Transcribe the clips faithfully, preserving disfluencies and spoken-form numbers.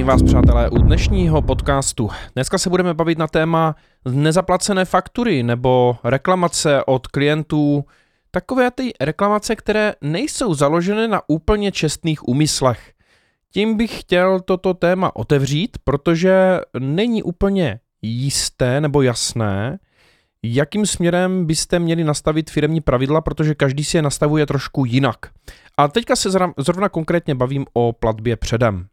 Zdravím vás, přátelé, u dnešního podcastu. Dneska se budeme bavit na téma nezaplacené faktury nebo reklamace od klientů. Takové ty reklamace, které nejsou založené na úplně čestných úmyslech. Tím bych chtěl toto téma otevřít, protože není úplně jisté nebo jasné, jakým směrem byste měli nastavit firemní pravidla, protože každý si je nastavuje trošku jinak. A teďka se zrovna konkrétně bavím o platbě předem.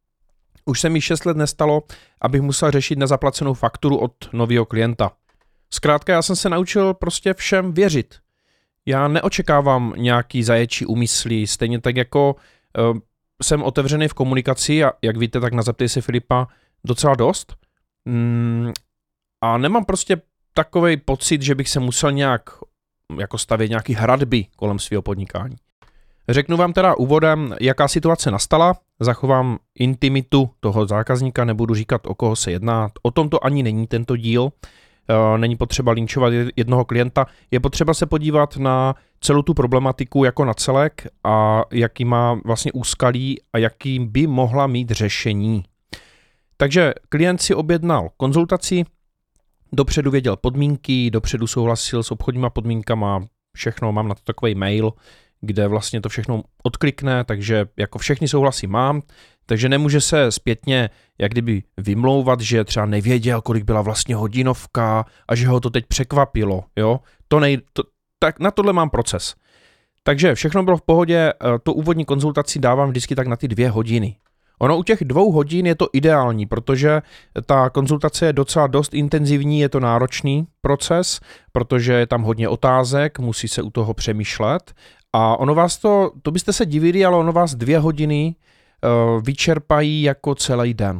Už se mi šest let nestalo, abych musel řešit nezaplacenou fakturu od nového klienta. Zkrátka já jsem se naučil prostě všem věřit. Já neočekávám nějaký zaječí úmysly, stejně tak jako uh, jsem otevřený v komunikaci a jak víte, tak na Zeptej se Filipa docela dost. Mm, a nemám prostě takovej pocit, že bych se musel nějak jako stavět nějaký hradby kolem svého podnikání. Řeknu vám teda úvodem, jaká situace nastala, zachovám intimitu toho zákazníka, nebudu říkat, o koho se jedná, o tom to ani není tento díl, není potřeba linčovat jednoho klienta, je potřeba se podívat na celou tu problematiku jako na celek a jaký má vlastně úskalí a jaký by mohla mít řešení. Takže klient si objednal konzultaci, dopředu věděl podmínky, dopředu souhlasil s obchodníma podmínkama, všechno, mám na to takový mail, kde vlastně to všechno odklikne, takže jako všechny souhlasy mám, takže nemůže se zpětně jak kdyby vymlouvat, že třeba nevěděl, kolik byla vlastně hodinovka a že ho to teď překvapilo, jo. To nej, to, tak na tohle mám proces. Takže všechno bylo v pohodě, to úvodní konzultaci dávám vždycky tak na ty dvě hodiny. Ono u těch dvou hodin je to ideální, protože ta konzultace je docela dost intenzivní, je to náročný proces, protože je tam hodně otázek, musí se u toho přemýšlet a ono vás to, to byste se divili, ale ono vás dvě hodiny uh, vyčerpají jako celý den.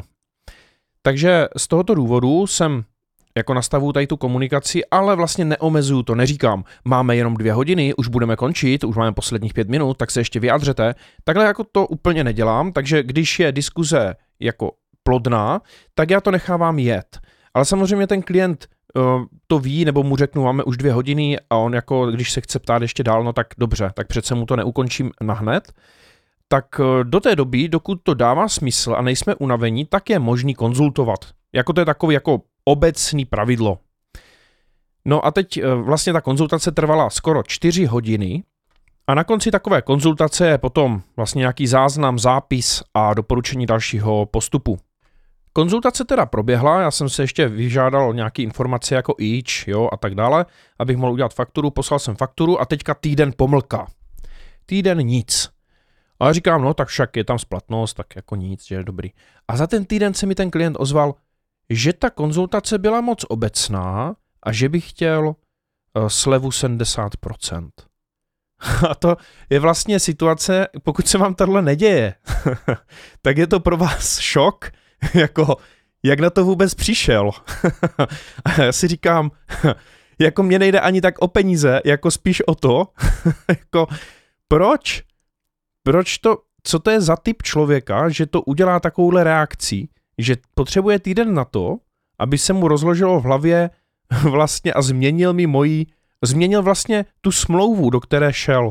Takže z tohoto důvodu jsem jako nastavuju tady tu komunikaci, ale vlastně neomezuju to, neříkám, máme jenom dvě hodiny, už budeme končit, už máme posledních pět minut, tak se ještě vyjádřete. Takhle jako to úplně nedělám, takže když je diskuze jako plodná, tak já to nechávám jet. Ale samozřejmě ten klient uh, to ví, nebo mu řeknu, máme už dvě hodiny a on jako, když se chce ptát ještě dál, no tak dobře, tak přece mu to neukončím nahned. Tak uh, do té doby, dokud to dává smysl a nejsme unavení, tak je možný konzultovat. Jako to je takový jako obecný pravidlo. No a teď vlastně ta konzultace trvala skoro čtyři hodiny a na konci takové konzultace je potom vlastně nějaký záznam, zápis a doporučení dalšího postupu. Konzultace teda proběhla, já jsem se ještě vyžádal nějaké informace jako ič, jo, a tak dále, abych mohl udělat fakturu, poslal jsem fakturu a teďka týden pomlka. Týden nic. A já říkám, no tak však je tam splatnost, tak jako nic, že je dobrý. A za ten týden se mi ten klient ozval, že ta konzultace byla moc obecná a že bych chtěl uh, slevu sedmdesát procent. A to je vlastně situace, pokud se vám tohle neděje, tak je to pro vás šok, jako jak na to vůbec přišel. A já si říkám, jako mě nejde ani tak o peníze, jako spíš o to, jako proč? Proč to, co to je za typ člověka, že to udělá takovouhle reakcí, že potřebuje týden na to, aby se mu rozložilo v hlavě vlastně a změnil mi moji, změnil vlastně tu smlouvu, do které šel.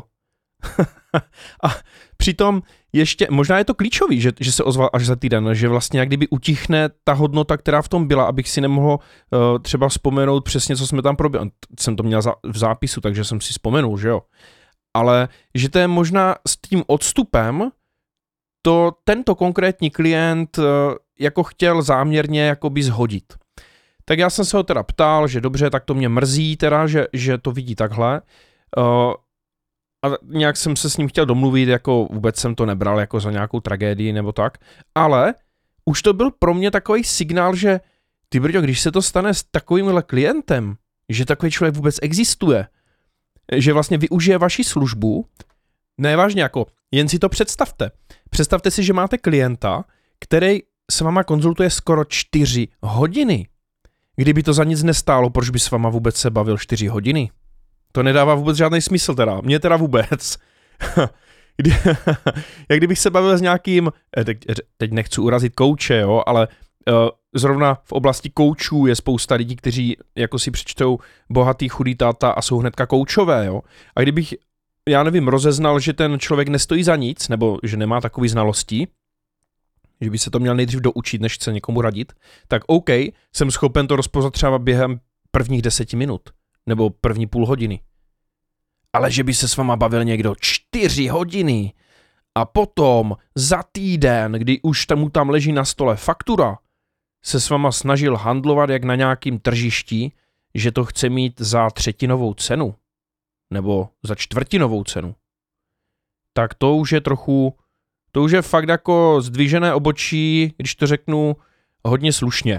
A přitom ještě, možná je to klíčový, že, že se ozval až za týden, že vlastně jak kdyby utichne ta hodnota, která v tom byla, abych si nemohl uh, třeba vzpomenout přesně, co jsme tam proběhli. Jsem to měl za, v zápisu, takže jsem si vzpomenul, že jo. Ale že to je možná s tím odstupem, to tento konkrétní klient uh, jako chtěl záměrně jakoby zhodit. Tak já jsem se ho teda ptal, že dobře, tak to mě mrzí teda, že, že to vidí takhle. Uh, a nějak jsem se s ním chtěl domluvit, jako vůbec jsem to nebral jako za nějakou tragédii nebo tak. Ale už to byl pro mě takový signál, že ty brďo, když se to stane s takovýmhle klientem, že takový člověk vůbec existuje, že vlastně využije vaši službu, nevážně jako, jen si to představte. Představte si, že máte klienta, který s váma konzultuje skoro čtyři hodiny. Kdyby to za nic nestálo, proč by s váma vůbec se bavil čtyři hodiny? To nedává vůbec žádný smysl teda. Mně teda vůbec. Kdy, jak kdybych se bavil s nějakým, teď, teď nechci urazit kouče, jo, ale uh, zrovna v oblasti koučů je spousta lidí, kteří jako si přečtou bohatý chudý táta a jsou hnedka koučové, jo. A kdybych, já nevím, rozeznal, že ten člověk nestojí za nic, nebo že nemá takový znalosti, že by se to měl nejdřív doučit, než chce někomu radit, tak OK, jsem schopen to rozpoznat třeba během prvních deseti minut, nebo první půl hodiny. Ale že by se s váma bavil někdo čtyři hodiny a potom za týden, kdy už tam mu tam leží na stole faktura, se s váma snažil handlovat jak na nějakým tržišti, že to chce mít za třetinovou cenu, nebo za čtvrtinovou cenu, tak to už je trochu, to už je fakt jako zdvižené obočí, když to řeknu hodně slušně.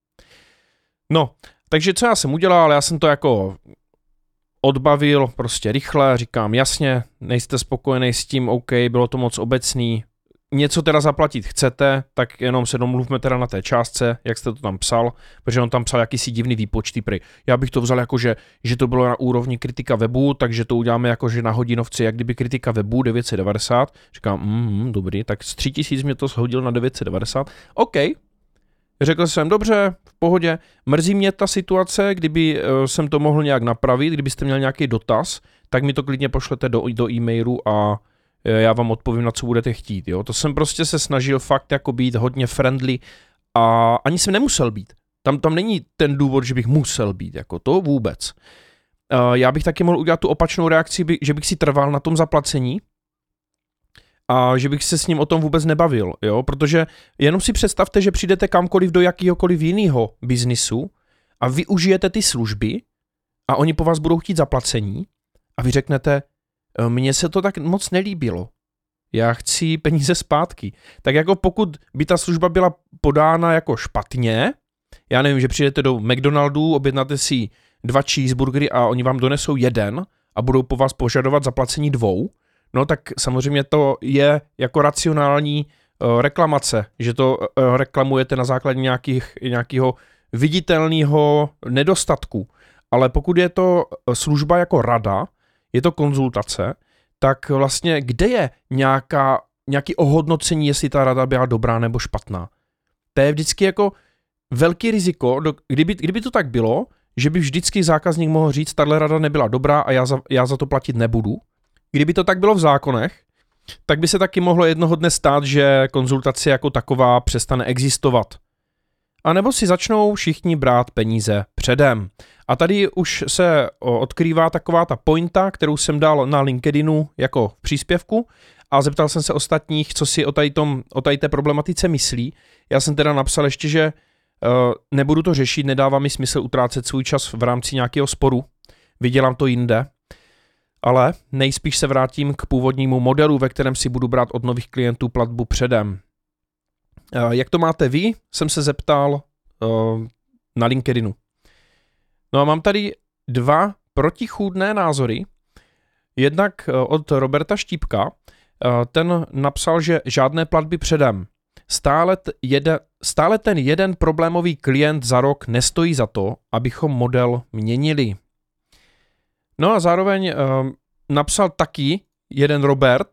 No, takže co já jsem udělal, já jsem to jako odbavil prostě rychle, říkám jasně, nejste spokojený s tím, OK, bylo to moc obecný, něco teda zaplatit chcete, tak jenom se domluvme teda na té částce, jak jste to tam psal, protože on tam psal jakýsi divný výpočty prý. Já bych to vzal jako, že, že to bylo na úrovni kritika webu, takže to uděláme jako, že na hodinovce, jak kdyby kritika webu devět set devadesát. Říkám, mm, dobrý, tak z tři tisíce mě to shodil na devět set devadesát. OK, řekl jsem, dobře, v pohodě, mrzí mě ta situace, kdyby uh, jsem to mohl nějak napravit, kdybyste měl nějaký dotaz, tak mi to klidně pošlete do, do e-mailu a já vám odpovím, na co budete chtít, jo. To jsem prostě se snažil fakt jako být hodně friendly a ani jsem nemusel být. Tam, tam není ten důvod, že bych musel být, jako to vůbec. Uh, já bych taky mohl udělat tu opačnou reakci, by, že bych si trval na tom zaplacení a že bych se s ním o tom vůbec nebavil, jo, protože jenom si představte, že přijdete kamkoliv do jakýhokoliv jiného biznisu a využijete ty služby a oni po vás budou chtít zaplacení a vy řeknete, mně se to tak moc nelíbilo. Já chci peníze zpátky. Tak jako pokud by ta služba byla podána jako špatně, já nevím, že přijdete do McDonaldu, objednáte si dva cheeseburgery a oni vám donesou jeden a budou po vás požadovat zaplacení dvou, no tak samozřejmě to je jako racionální uh, reklamace, že to uh, reklamujete na základě nějakých, nějakého viditelného nedostatku. Ale pokud je to služba jako rada, je to konzultace, tak vlastně kde je nějaká, nějaký ohodnocení, jestli ta rada byla dobrá nebo špatná. To je vždycky jako velký riziko, kdyby, kdyby to tak bylo, že by vždycky zákazník mohl říct, tahle rada nebyla dobrá a já za, já za to platit nebudu. Kdyby to tak bylo v zákonech, tak by se taky mohlo jednoho dne stát, že konzultace jako taková přestane existovat. A nebo si začnou všichni brát peníze předem. A tady už se odkrývá taková ta pointa, kterou jsem dal na LinkedInu jako v příspěvku a zeptal jsem se ostatních, co si o tady, tom, o tady té problematice myslí. Já jsem teda napsal ještě, že uh, nebudu to řešit, nedává mi smysl utrácet svůj čas v rámci nějakého sporu, vydělám to jinde, ale nejspíš se vrátím k původnímu modelu, ve kterém si budu brát od nových klientů platbu předem. Uh, jak to máte vy, jsem se zeptal uh, na LinkedInu. No a mám tady dva protichůdné názory. Jednak od Roberta Štípka, ten napsal, že žádné platby předem. Stále, t- jede, stále ten jeden problémový klient za rok nestojí za to, abychom model měnili. No a zároveň uh, napsal taky jeden Robert,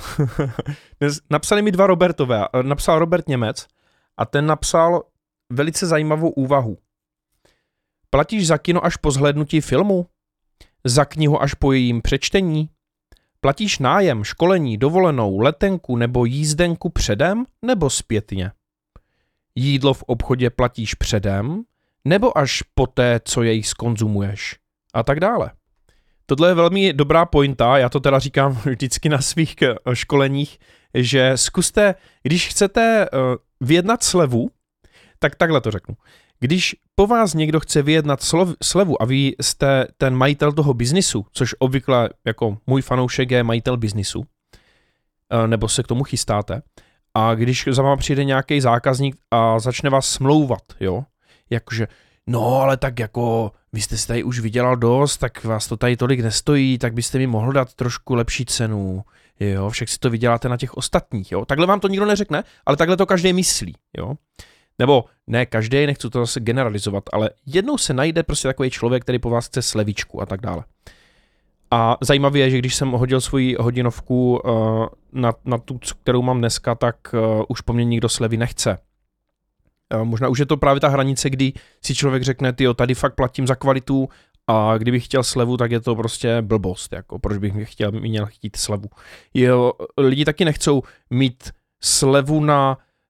napsali mi dva Robertové, napsal Robert Němec a ten napsal velice zajímavou úvahu. Platíš za kino až po zhlédnutí filmu? Za knihu až po jejím přečtení? Platíš nájem, školení, dovolenou, letenku nebo jízdenku předem nebo zpětně? Jídlo v obchodě platíš předem nebo až poté, co jej skonzumuješ? A tak dále. Tohle je velmi dobrá pointa, já to teda říkám vždycky na svých školeních, že zkuste, když chcete vyjednat slevu, tak takhle to řeknu. Když po vás někdo chce vyjednat slov, slevu a vy jste ten majitel toho biznisu, což obvykle jako můj fanoušek je majitel biznisu, nebo se k tomu chystáte, a když za váma přijde nějaký zákazník a začne vás smlouvat, jo, jakože, no ale tak jako vy jste si tady už vydělal dost, tak vás to tady tolik nestojí, tak byste mi mohl dát trošku lepší cenu, jo, však si to vyděláte na těch ostatních, jo, takhle vám to nikdo neřekne, ale takhle to každý myslí, jo. Nebo ne každý, nechci to zase generalizovat, ale jednou se najde prostě takový člověk, který po vás chce slevičku a tak dále. A zajímavé je, že když jsem hodil svoji hodinovku uh, na, na tu, kterou mám dneska, tak uh, už po mně nikdo slevy nechce. Uh, možná už je to právě ta hranice, kdy si člověk řekne, tyjo, tady fakt platím za kvalitu a kdybych chtěl slevu, tak je to prostě blbost, jako proč bych chtěl, měl chtít slevu. Jo, lidi taky nechcou mít slevu na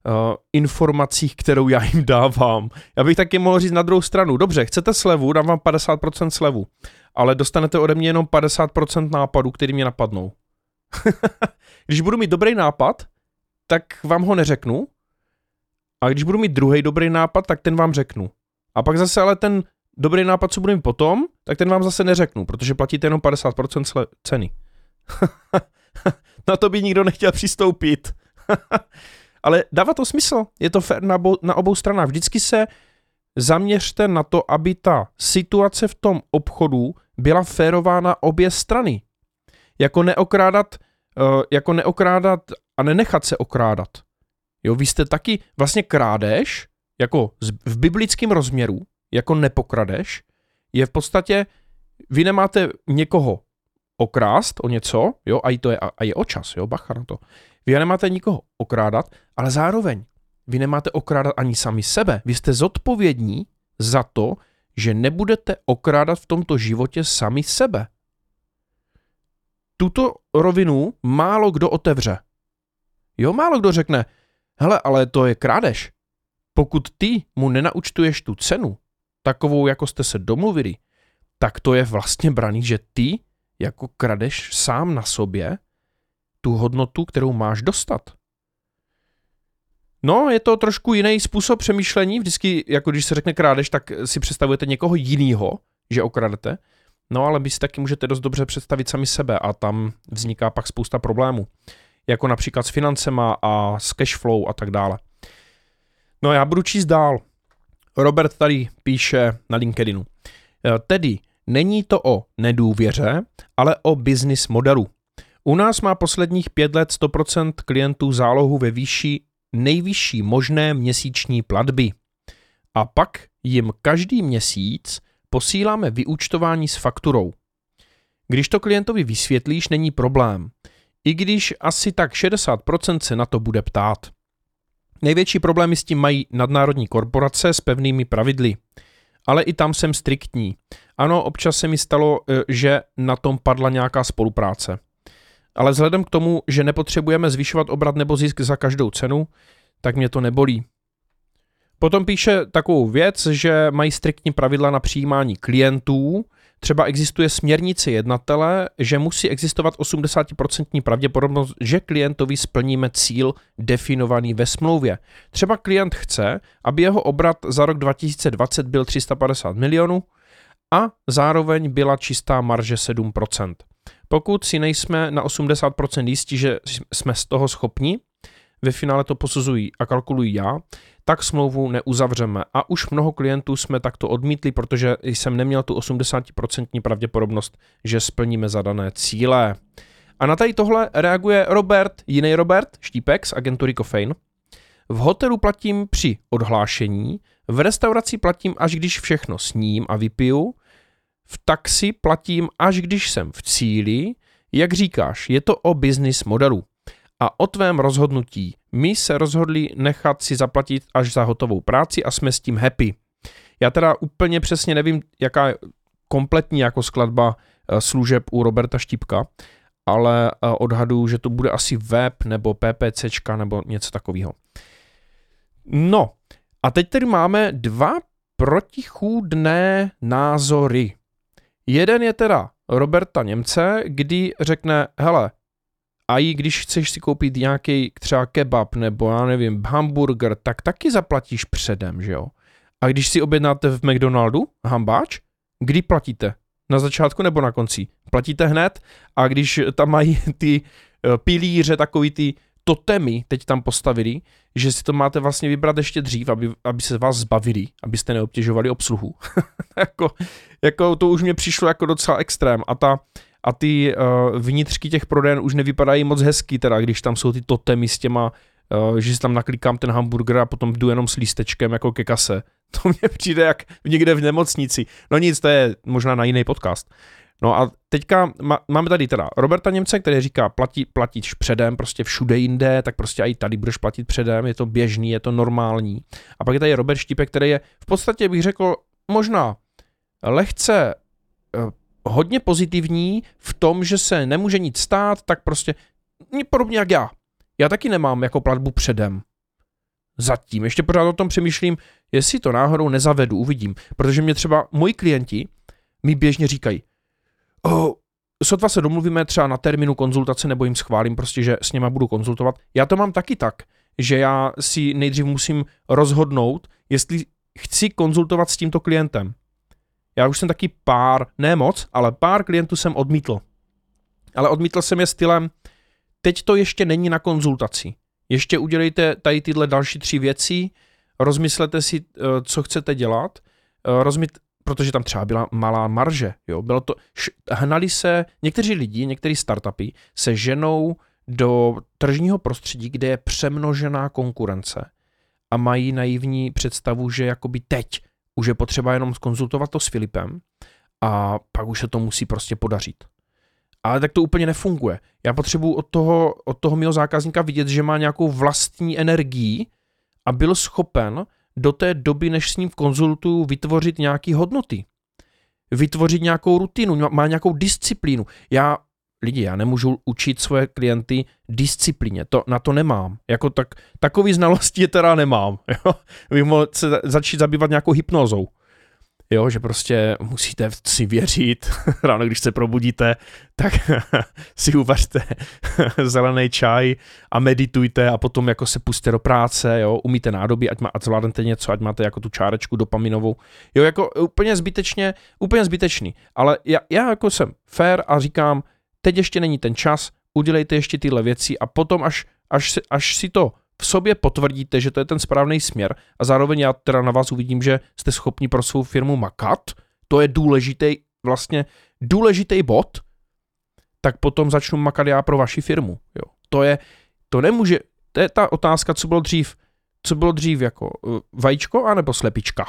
informacích, kterou já jim dávám. Já bych taky mohl říct na druhou stranu, dobře, chcete slevu, dám vám padesát procent slevu, ale dostanete ode mě jenom padesát procent nápadů, který mě napadnou. Když budu mít dobrý nápad, tak vám ho neřeknu, a když budu mít druhý dobrý nápad, tak ten vám řeknu. A pak zase ale ten dobrý nápad, co budu mít potom, tak ten vám zase neřeknu, protože platíte jenom padesát procent ceny. Na to by nikdo nechtěl přistoupit. Ale dává to smysl, je to fér na, obou, na obou stranách. Vždycky se zaměřte na to, aby ta situace v tom obchodu byla férová na obě strany. Jako neokrádat, uh, jako neokrádat a nenechat se okrádat. Jo, vy jste taky vlastně krádež, jako v biblickém rozměru, jako nepokradeš, je v podstatě, vy nemáte někoho okrást o něco, jo, a, i to je, a je o čas, jo, bacha na to. Vy nemáte nikoho okrádat, ale zároveň vy nemáte okrádat ani sami sebe. Vy jste zodpovědní za to, že nebudete okrádat v tomto životě sami sebe. Tuto rovinu málo kdo otevře. Jo, málo kdo řekne, hele, ale to je krádež. Pokud ty mu nenaučtuješ tu cenu, takovou, jako jste se domluvili, tak to je vlastně braný, že ty jako kradeš sám na sobě tu hodnotu, kterou máš dostat. No, je to trošku jiný způsob přemýšlení. Vždycky, jako když se řekne krádež, tak si představujete někoho jinýho, že okradete. No, ale vy si taky můžete dost dobře představit sami sebe a tam vzniká pak spousta problémů. Jako například s financema a s cashflow a tak dále. No, já budu číst dál. Robert tady píše na LinkedInu. Tedy není to o nedůvěře, ale o business modelu. U nás má posledních pět let sto procent klientů zálohu ve výši nejvyšší možné měsíční platby. A pak jim každý měsíc posíláme vyúčtování s fakturou. Když to klientovi vysvětlíš, není problém. I když asi tak šedesát procent se na to bude ptát. Největší problémy s tím mají nadnárodní korporace s pevnými pravidly. Ale i tam jsem striktní. Ano, občas se mi stalo, že na tom padla nějaká spolupráce. Ale vzhledem k tomu, že nepotřebujeme zvyšovat obrat nebo zisk za každou cenu, tak mě to nebolí. Potom píše takovou věc, že mají striktní pravidla na přijímání klientů. Třeba existuje směrnice jednatele, že musí existovat osmdesát procent pravděpodobnost, že klientovi splníme cíl definovaný ve smlouvě. Třeba klient chce, aby jeho obrat za rok dva tisíce dvacet byl tři sta padesát milionů a zároveň byla čistá marže sedm procent. Pokud si nejsme na osmdesát procent jistí, že jsme z toho schopni, ve finále to posuzují a kalkulují já, tak smlouvu neuzavřeme. A už mnoho klientů jsme takto odmítli, protože jsem neměl tu osmdesát procent pravděpodobnost, že splníme zadané cíle. A na tady tohle reaguje Robert, jiný Robert, Štípek z agentury Kofein. V hotelu platím při odhlášení, v restauraci platím, až když všechno sním a vypiju, v taxi platím, až když jsem v cíli. Jak říkáš, je to o business modelu. A o tvém rozhodnutí. My se rozhodli nechat si zaplatit až za hotovou práci a jsme s tím happy. Já teda úplně přesně nevím, jaká je kompletní jako skladba služeb u Roberta Štípka, ale odhaduju, že to bude asi web nebo PPCčka nebo něco takového. No, a teď tady máme dva protichůdné názory. Jeden je teda Roberta Němce, kdy řekne, hele, a i když chceš si koupit nějaký třeba kebab nebo já nevím, hamburger, tak taky zaplatíš předem, že jo? A když si objednáte v McDonaldu hambáč, kdy platíte? Na začátku nebo na konci? Platíte hned a když tam mají ty pilíře, takový ty totemy teď tam postavili, že si to máte vlastně vybrat ještě dřív, aby, aby se vás zbavili, abyste neobtěžovali obsluhu. jako, jako to už mě přišlo jako docela extrém a ta A ty uh, vnitřky těch prodejen už nevypadají moc hezky, teda, když tam jsou ty totemy s těma, uh, že si tam naklikám ten hamburger a potom jdu jenom s lístečkem jako ke kase. To mně přijde jak někde v nemocnici. No nic, to je možná na jiný podcast. No a teďka má, máme tady teda Roberta Němce, který říká, platí, platíš předem, prostě všude jinde, tak prostě i tady budeš platit předem, je to běžný, je to normální. A pak je tady Robert Štípek, který je v podstatě, bych řekl, možná lehce uh, hodně pozitivní v tom, že se nemůže nic stát, tak prostě podobně jak já. Já taky nemám jako platbu předem. Zatím. Ještě pořád o tom přemýšlím, jestli to náhodou nezavedu, uvidím. Protože mě třeba moji klienti mi běžně říkají, oh, sotva se domluvíme třeba na termínu konzultace, nebo jim schválím prostě, že s něma budu konzultovat. Já to mám taky tak, že já si nejdřív musím rozhodnout, jestli chci konzultovat s tímto klientem. Já už jsem taky pár, ne moc, ale pár klientů jsem odmítl. Ale odmítl jsem je stylem, teď to ještě není na konzultaci. Ještě udělejte tady tyhle další tři věci, rozmyslete si, co chcete dělat, rozmysl, protože tam třeba byla malá marže. Jo? Bylo to, hnali se, někteří lidi, některé startupy se ženou do tržního prostředí, kde je přemnožená konkurence a mají naivní představu, že jakoby teď už je potřeba jenom zkonzultovat to s Filipem a pak už se to musí prostě podařit. Ale tak to úplně nefunguje. Já potřebuji od toho, od toho mého zákazníka vidět, že má nějakou vlastní energii a byl schopen do té doby, než s ním konzultuju, vytvořit nějaké hodnoty. Vytvořit nějakou rutinu, má nějakou disciplínu. Já, lidi, já nemůžu učit svoje klienty disciplíně, to, na to nemám. Jako tak, takový znalosti teda nemám. Jo? Bych mohl se začít zabývat nějakou hypnózou. Jo, že prostě musíte si věřit, ráno, když se probudíte, tak si uvařte zelený čaj a meditujte a potom jako se pustíte do práce, jo, umíte nádoby, ať, má, ať zvládnete něco, ať máte jako tu čárečku dopaminovou. Jo, jako úplně zbytečně, úplně zbytečný. Ale já, já jako jsem fair a říkám, teď ještě není ten čas, udělejte ještě tyhle věci a potom až, až, si, až si to v sobě potvrdíte, že to je ten správný směr a zároveň já teda na vás uvidím, že jste schopni pro svou firmu makat, to je důležitý, vlastně důležitý bod, tak potom začnu makat já pro vaši firmu. Jo. To je, to nemůže, to je ta otázka, co bylo dřív, co bylo dřív jako vajíčko anebo slepička.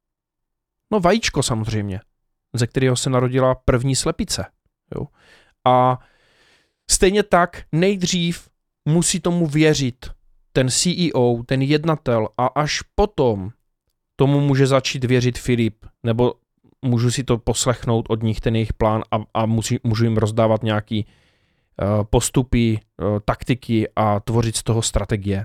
No vajíčko samozřejmě, ze kterého se narodila první slepice. Jo. A stejně tak nejdřív musí tomu věřit ten C E O, ten jednatel a až potom tomu může začít věřit Filip, nebo můžu si to poslechnout od nich, ten jejich plán a, a musí, můžu jim rozdávat nějaký uh, postupy, uh, taktiky a tvořit z toho strategie.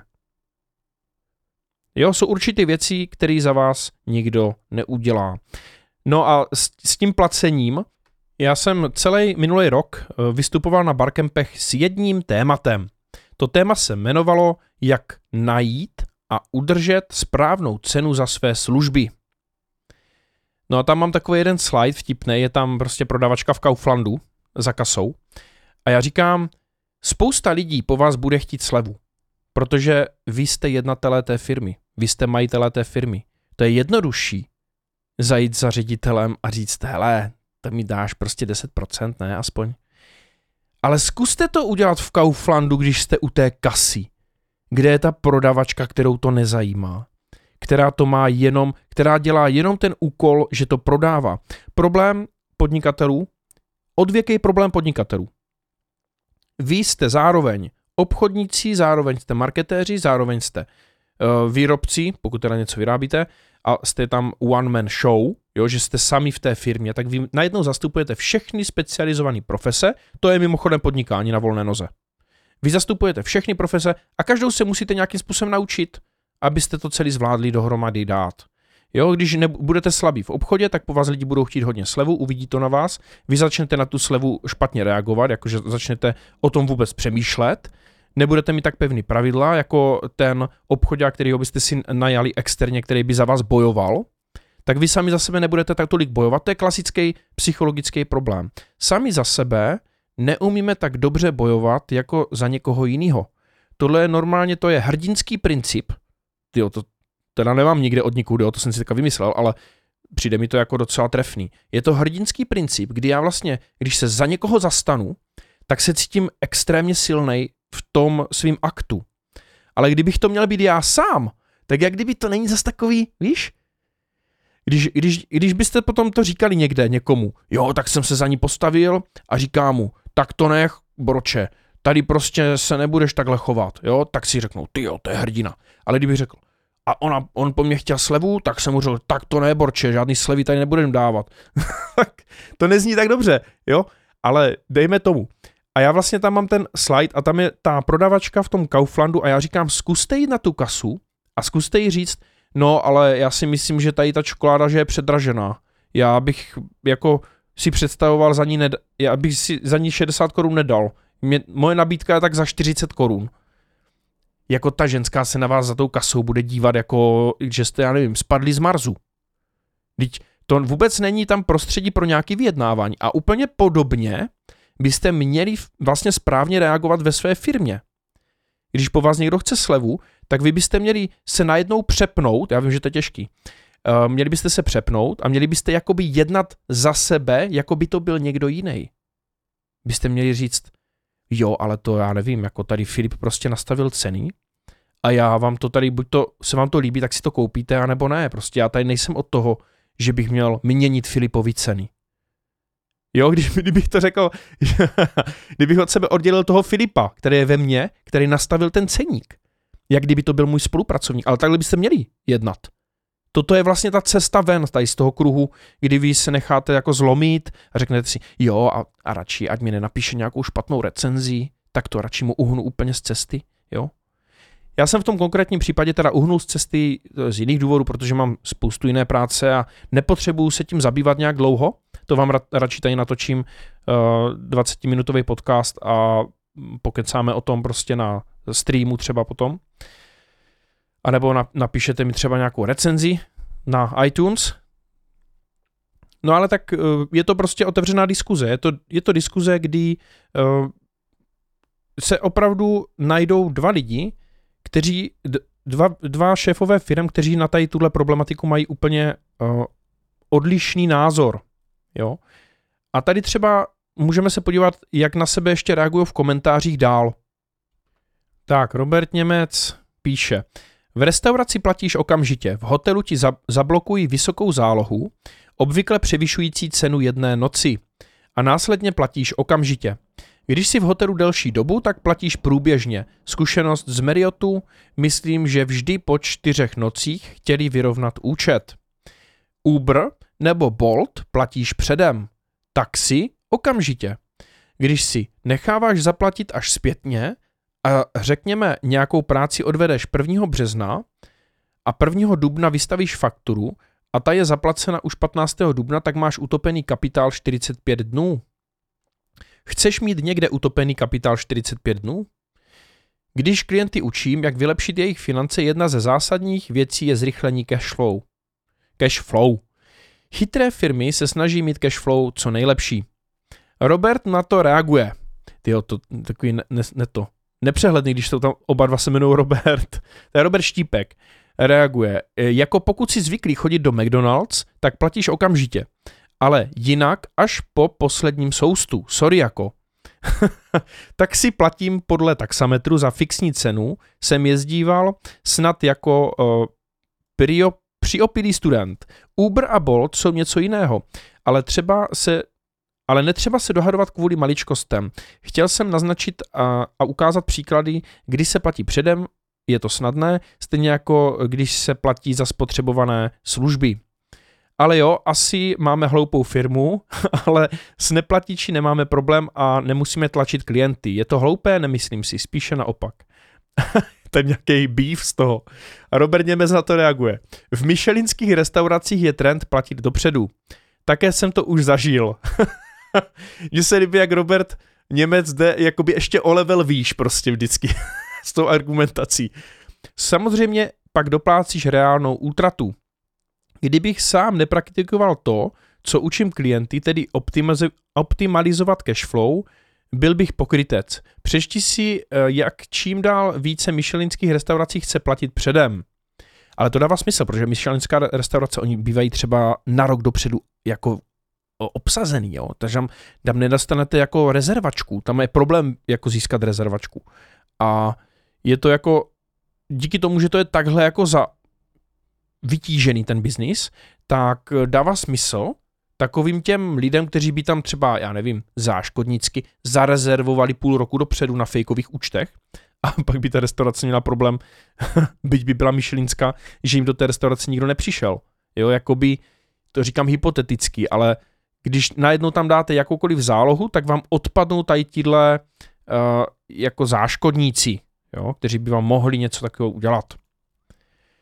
Jo, jsou určité věci, které za vás nikdo neudělá. No a s, s tím placením, já jsem celý minulý rok uh, vystupoval na barcampech s jedním tématem. To téma se jmenovalo Jak najít a udržet správnou cenu za své služby. No a tam mám takový jeden slide vtipný, je tam prostě prodavačka v Kauflandu za kasou a já říkám, spousta lidí po vás bude chtít slevu, protože vy jste jednatelé té firmy, vy jste majitelé té firmy. To je jednodušší zajít za ředitelem a říct, hele, to mi dáš prostě deset procent, ne, aspoň. Ale zkuste to udělat v Kauflandu, když jste u té kasy, kde je ta prodavačka, kterou to nezajímá, která to má jenom, která dělá jenom ten úkol, že to prodává. Problém podnikatelů, odvěký problém podnikatelů. Vy jste zároveň obchodníci, zároveň jste marketéři, zároveň jste uh, výrobci, pokud teda něco vyrábíte, a jste tam one man show, jo, že jste sami v té firmě, tak vy najednou zastupujete všechny specializované profese, to je mimochodem podnikání na volné noze. Vy zastupujete všechny profese a každou se musíte nějakým způsobem naučit, abyste to celý zvládli dohromady dát. Jo, když nebudete slabí v obchodě, tak po vás lidi budou chtít hodně slevu, uvidí to na vás, vy začnete na tu slevu špatně reagovat, jakože začnete o tom vůbec přemýšlet, nebudete mít tak pevný pravidla, jako ten obchodák, kterýho byste si najali externě, který by za vás bojoval, tak vy sami za sebe nebudete tak tolik bojovat. To je klasický psychologický problém. Sami za sebe neumíme tak dobře bojovat jako za někoho jiného. Tohle je normálně, to je hrdinský princip. Tyjo, to teda nemám nikde od nikudy, to jsem si teďka vymyslel, ale přijde mi to jako docela trefný. Je to hrdinský princip, kdy já vlastně, když se za někoho zastanu, tak se cítím extrémně silnej v tom svým aktu. Ale kdybych to měl být já sám, tak jak kdyby to není zas takový, víš? Když, když, když byste potom to říkali někde někomu, jo, tak jsem se za ní postavil a říká mu, tak to nech, broče, tady prostě se nebudeš takhle chovat, jo, tak si řeknou, ty jo, to je hrdina. Ale kdybych řekl, a ona, on po mně chtěl slevu, tak jsem mu řekl, tak to ne, borče, žádný slevy tady nebudem dávat. Tak to nezní tak dobře, jo, ale dejme tomu. A já vlastně tam mám ten slide a tam je ta prodavačka v tom Kauflandu a já říkám, zkuste jít na tu kasu A zkuste jí říct, no ale já si myslím, že tady ta čokoláda, že je předražená. Já bych jako si představoval za ní, ned- já bych si za ní šedesát korun nedal. Mě, moje nabídka je tak za čtyřicet korun. Jako ta ženská se na vás za tou kasou bude dívat, jako že jste, já nevím, spadli z Marsu. Vždyť to vůbec není tam prostředí pro nějaké vyjednávání. A úplně podobně byste měli vlastně správně reagovat ve své firmě. Když po vás někdo chce slevu, tak vy byste měli se najednou přepnout, já vím, že to je těžký, uh, měli byste se přepnout a měli byste jakoby jednat za sebe, jako by to byl někdo jiný. Byste měli říct, jo, ale to já nevím, jako tady Filip prostě nastavil ceny a já vám to tady, buď to se vám to líbí, tak si to koupíte, anebo ne. Prostě já tady nejsem od toho, že bych měl měnit Filipovi ceny. Jo, když, kdybych to řekl, kdybych od sebe oddělil toho Filipa, který je ve mně, který nastavil ten ceník, jak kdyby to byl můj spolupracovník, ale takhle byste měli jednat. Toto je vlastně ta cesta ven tady z toho kruhu, kdy vy se necháte jako zlomit a řeknete si, jo a, a radši, ať mi nenapíše nějakou špatnou recenzi, tak to radši mu uhnu úplně z cesty, jo. Já jsem v tom konkrétním případě teda uhnul z cesty z jiných důvodů, protože mám spoustu jiné práce a nepotřebuju se tím zabývat nějak dlouho. To vám radši tady natočím uh, dvacetiminutový podcast a pokecáme o tom prostě na streamu třeba potom. A nebo na, napíšete mi třeba nějakou recenzi na iTunes. No ale tak uh, je to prostě otevřená diskuze. Je to, je to diskuze, kdy uh, se opravdu najdou dva lidi, kteří, dva, dva šéfové firm, kteří na tady tuhle problematiku mají úplně uh, odlišný názor. Jo? A tady třeba můžeme se podívat, jak na sebe ještě reagují v komentářích dál. Tak, Robert Němec píše, v restauraci platíš okamžitě, v hotelu ti zablokují vysokou zálohu, obvykle převyšující cenu jedné noci a následně platíš okamžitě. Když jsi v hotelu delší dobu, tak platíš průběžně. Zkušenost z Marriotu, myslím, že vždy po čtyřech nocích chtěli vyrovnat účet. Uber nebo Bolt platíš předem. Taxi okamžitě. Když si necháváš zaplatit až zpětně a řekněme nějakou práci odvedeš prvního března a prvního dubna vystavíš fakturu a ta je zaplacena už patnáctého dubna, tak máš utopený kapitál čtyřicet pět dnů. Chceš mít někde utopený kapitál čtyřicet pět dnů? Když klienty učím, jak vylepšit jejich finance, jedna ze zásadních věcí je zrychlení cash flow. Cash flow. Chytré firmy se snaží mít cash flow co nejlepší. Robert na to reaguje. Tyjo, to takový ne, ne, ne to. Nepřehledný, když jsou tam oba dva se jmenují Robert. To je Robert Štípek. Reaguje. Jako pokud si zvyklý chodit do McDonald's, tak platíš okamžitě. Ale jinak až po posledním soustu. Sorry jako. Tak si platím podle taxametru za fixní cenu. Jsem jezdíval snad jako uh, prio, přiopilý student. Uber a Bolt jsou něco jiného. Ale třeba se Ale netřeba se dohadovat kvůli maličkostem. Chtěl jsem naznačit a, a ukázat příklady, kdy se platí předem, je to snadné, stejně jako když se platí za spotřebované služby. Ale jo, asi máme hloupou firmu, ale s neplatiči nemáme problém a nemusíme tlačit klienty. Je to hloupé? Nemyslím si, spíše naopak. Ten nějaký beef z toho. A Robert Němec na to reaguje. V michelinských restauracích je trend platit dopředu. Také jsem to už zažil. Mně se líbí, jak Robert Němec jde jakoby ještě o level výš prostě vždycky s tou argumentací. Samozřejmě pak doplácíš reálnou útratu. Kdybych sám nepraktikoval to, co učím klienty, tedy optimalizovat cash flow, byl bych pokrytec. Přečti si, jak čím dál více michelinských restaurací chce platit předem. Ale to dává smysl, protože michelinská restaurace, oni bývají třeba na rok dopředu jako obsazený, jo. Takže tam, tam nedostanete jako rezervačku. Tam je problém jako získat rezervačku. A je to jako, díky tomu, že to je takhle jako za vytížený ten biznis, tak dává smysl takovým těm lidem, kteří by tam třeba, já nevím, záškodnicky zarezervovali půl roku dopředu na fejkových účtech a pak by ta restaurace měla problém, byť by byla michelinská, že jim do té restaurace nikdo nepřišel. Jo, jakoby, to říkám hypoteticky, ale když najednou tam dáte jakoukoliv zálohu, tak vám odpadnou tady tíhle uh, jako záškodníci, jo, kteří by vám mohli něco takového udělat.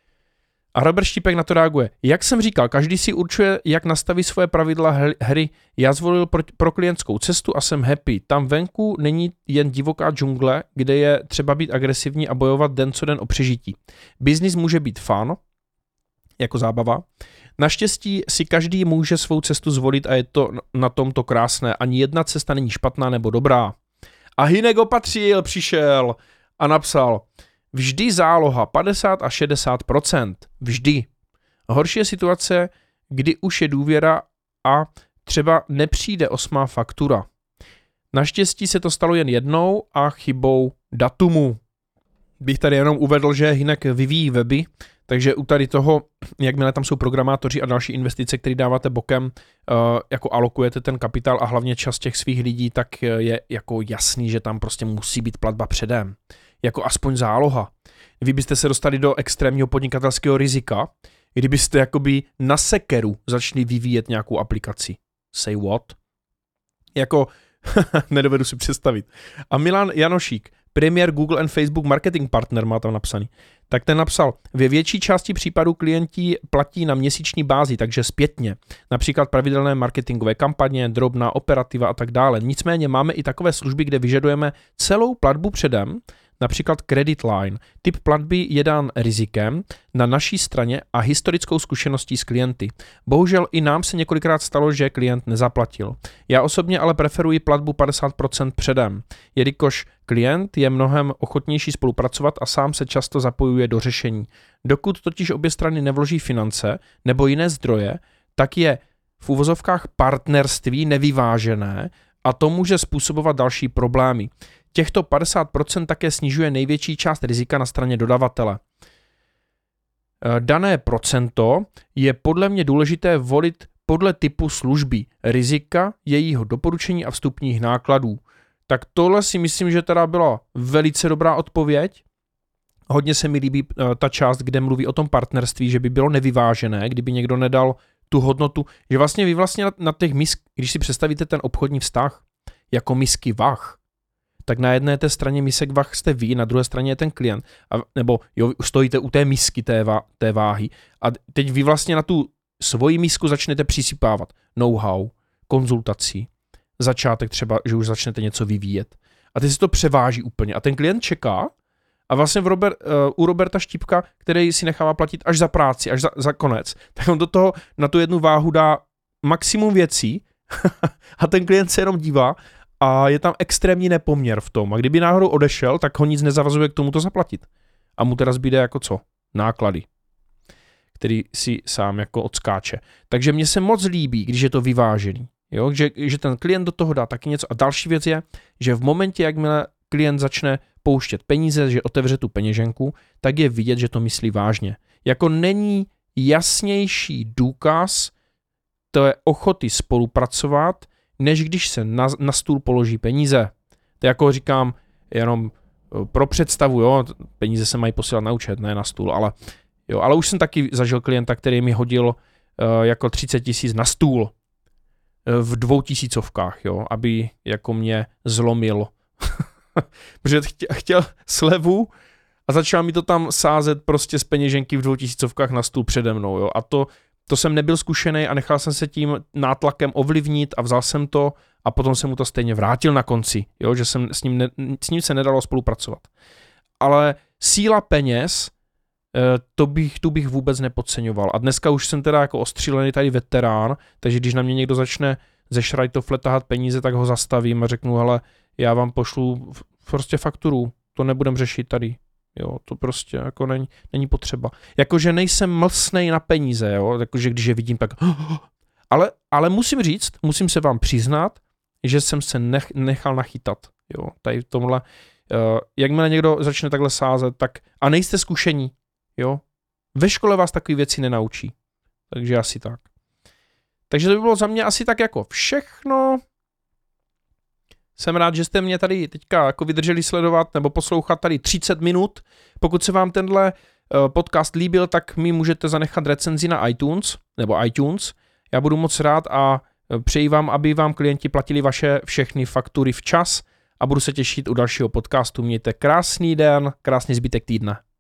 A Robert Štipek na to reaguje. Jak jsem říkal, každý si určuje, jak nastaví svoje pravidla hry. Já zvolil pro, pro klientskou cestu a jsem happy. Tam venku není jen divoká džungle, kde je třeba být agresivní a bojovat den co den o přežití. Biznis může být fun, jako zábava. Naštěstí si každý může svou cestu zvolit a je to na tomto krásné. Ani jedna cesta není špatná nebo dobrá. A Hynek opatřil, přišel a napsal: vždy záloha padesát až šedesát procent. Vždy. Horší je situace, kdy už je důvěra a třeba nepřijde osmá faktura. Naštěstí se to stalo jen jednou a chybou datumu. Bych tady jenom uvedl, že Hynek vyvíjí weby, takže u tady toho, jakmile tam jsou programátoři a další investice, které dáváte bokem, jako alokujete ten kapitál a hlavně čas těch svých lidí, tak je jako jasný, že tam prostě musí být platba předem. Jako aspoň záloha. Vy byste se dostali do extrémního podnikatelského rizika, kdybyste jakoby na sekeru začali vyvíjet nějakou aplikaci. Say what? Jako, nedovedu si představit. A Milan Janošík, premiér Google and Facebook marketing partner, má tam napsaný, tak ten napsal: ve větší části případů klienti platí na měsíční bázi, takže zpětně. Například pravidelné marketingové kampaně, drobná operativa a tak dále. Nicméně máme i takové služby, kde vyžadujeme celou platbu předem, například credit line. Typ platby je dán rizikem na naší straně a historickou zkušeností s klienty. Bohužel i nám se několikrát stalo, že klient nezaplatil. Já osobně ale preferuji platbu padesát procent předem, jelikož klient je mnohem ochotnější spolupracovat a sám se často zapojuje do řešení. Dokud totiž obě strany nevloží finance nebo jiné zdroje, tak je v uvozovkách partnerství nevyvážené a to může způsobovat další problémy. Těchto padesát procent také snižuje největší část rizika na straně dodavatele. Dané procento je podle mě důležité volit podle typu služby, rizika, jejího doporučení a vstupních nákladů. Tak tohle si myslím, že teda byla velice dobrá odpověď. Hodně se mi líbí ta část, kde mluví o tom partnerství, že by bylo nevyvážené, kdyby někdo nedal tu hodnotu, že vlastně vy vlastně na, na těch misk, když si představíte ten obchodní vztah jako misky vah, tak na jedné té straně misek vah jste vy, na druhé straně je ten klient. A, nebo jo, stojíte u té misky té, vá, té váhy. A teď vy vlastně na tu svoji misku začnete přisypávat know-how, konzultací, začátek třeba, že už začnete něco vyvíjet. A teď se to převáží úplně. A ten klient čeká a vlastně v Robert, uh, u Roberta Štipka, který si nechává platit až za práci, až za, za konec, tak on do toho na tu jednu váhu dá maximum věcí a ten klient se jenom dívá a je tam extrémní nepoměr v tom. A kdyby náhodou odešel, tak ho nic nezavazuje k tomu to zaplatit. A mu teda zbyde jako co? Náklady, který si sám jako odskáče. Takže mně se moc líbí, když je to vyvážený. Jo? Že, že ten klient do toho dá taky něco. A další věc je, že v momentě, jakmile klient začne pouštět peníze, že otevře tu peněženku, tak je vidět, že to myslí vážně. Jako není jasnější důkaz té ochoty spolupracovat, než když se na, na stůl položí peníze. To jako říkám, jenom pro představu, jo, peníze se mají posílat na účet, ne na stůl, ale, jo, ale už jsem taky zažil klienta, který mi hodil uh, jako třicet tisíc na stůl uh, v dvou tisícovkách, jo, aby jako mě zlomil. Protože chtěl, chtěl slevu a začal mi to tam sázet prostě z peněženky v dvou tisícovkách na stůl přede mnou, jo, a to To jsem nebyl zkušený a nechal jsem se tím nátlakem ovlivnit a vzal jsem to a potom jsem mu to stejně vrátil na konci, jo, že jsem s ním, ne, s ním se nedalo spolupracovat. Ale síla peněz, to bych, tu bych vůbec nepodceňoval. A dneska už jsem teda jako ostřílený tady veterán, takže když na mě někdo začne ze šrajtofle tahat peníze, tak ho zastavím a řeknu, hele, já vám pošlu prostě fakturu, to nebudem řešit tady. Jo, to prostě jako není, není potřeba. Jakože nejsem mlsnej na peníze, jo, jakože když je vidím, tak... Ale, ale musím říct, musím se vám přiznat, že jsem se nech, nechal nachytat, jo, tady v tomhle. Uh, jakmile někdo začne takhle sázet, tak... A nejste zkušení, jo. Ve škole vás takové věci nenaučí. Takže asi tak. Takže to by bylo za mě asi tak jako všechno. Jsem rád, že jste mě tady teďka jako vydrželi sledovat nebo poslouchat tady třicet minut. Pokud se vám tenhle podcast líbil, tak mi můžete zanechat recenzi na iTunes nebo iTunes. Já budu moc rád a přeji vám, aby vám klienti platili vaše všechny faktury včas a budu se těšit u dalšího podcastu. Mějte krásný den, krásný zbytek týdne.